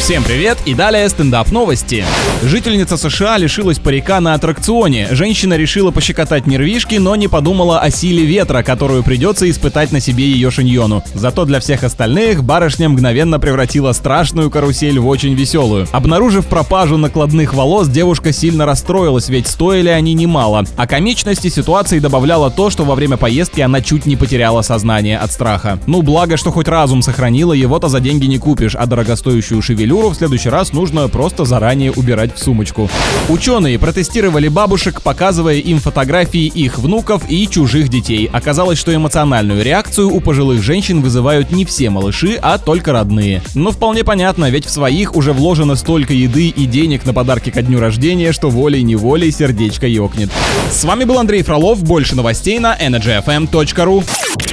Всем привет и далее стендап новости. Жительница США лишилась парика на аттракционе. Женщина решила пощекотать нервишки, но не подумала о силе ветра, которую придется испытать на себе ее шиньону. Зато для всех остальных барышня мгновенно превратила страшную карусель в очень веселую. Обнаружив пропажу накладных волос, девушка сильно расстроилась, ведь стоили они немало. А комичности ситуации добавляло то, что во время поездки она чуть не потеряла сознание от страха. Ну благо, что хоть разум сохранила, его-то за деньги не купишь, а дорогостоящую шевелюру в следующий раз нужно просто заранее убирать в сумочку. Ученые протестировали бабушек, показывая им фотографии их внуков и чужих детей. Оказалось, что эмоциональную реакцию у пожилых женщин вызывают не все малыши, а только родные. Но вполне понятно, ведь в своих уже вложено столько еды и денег на подарки ко дню рождения, что волей-неволей сердечко ёкнет. С вами был Андрей Фролов. Больше новостей на energyfm.ru.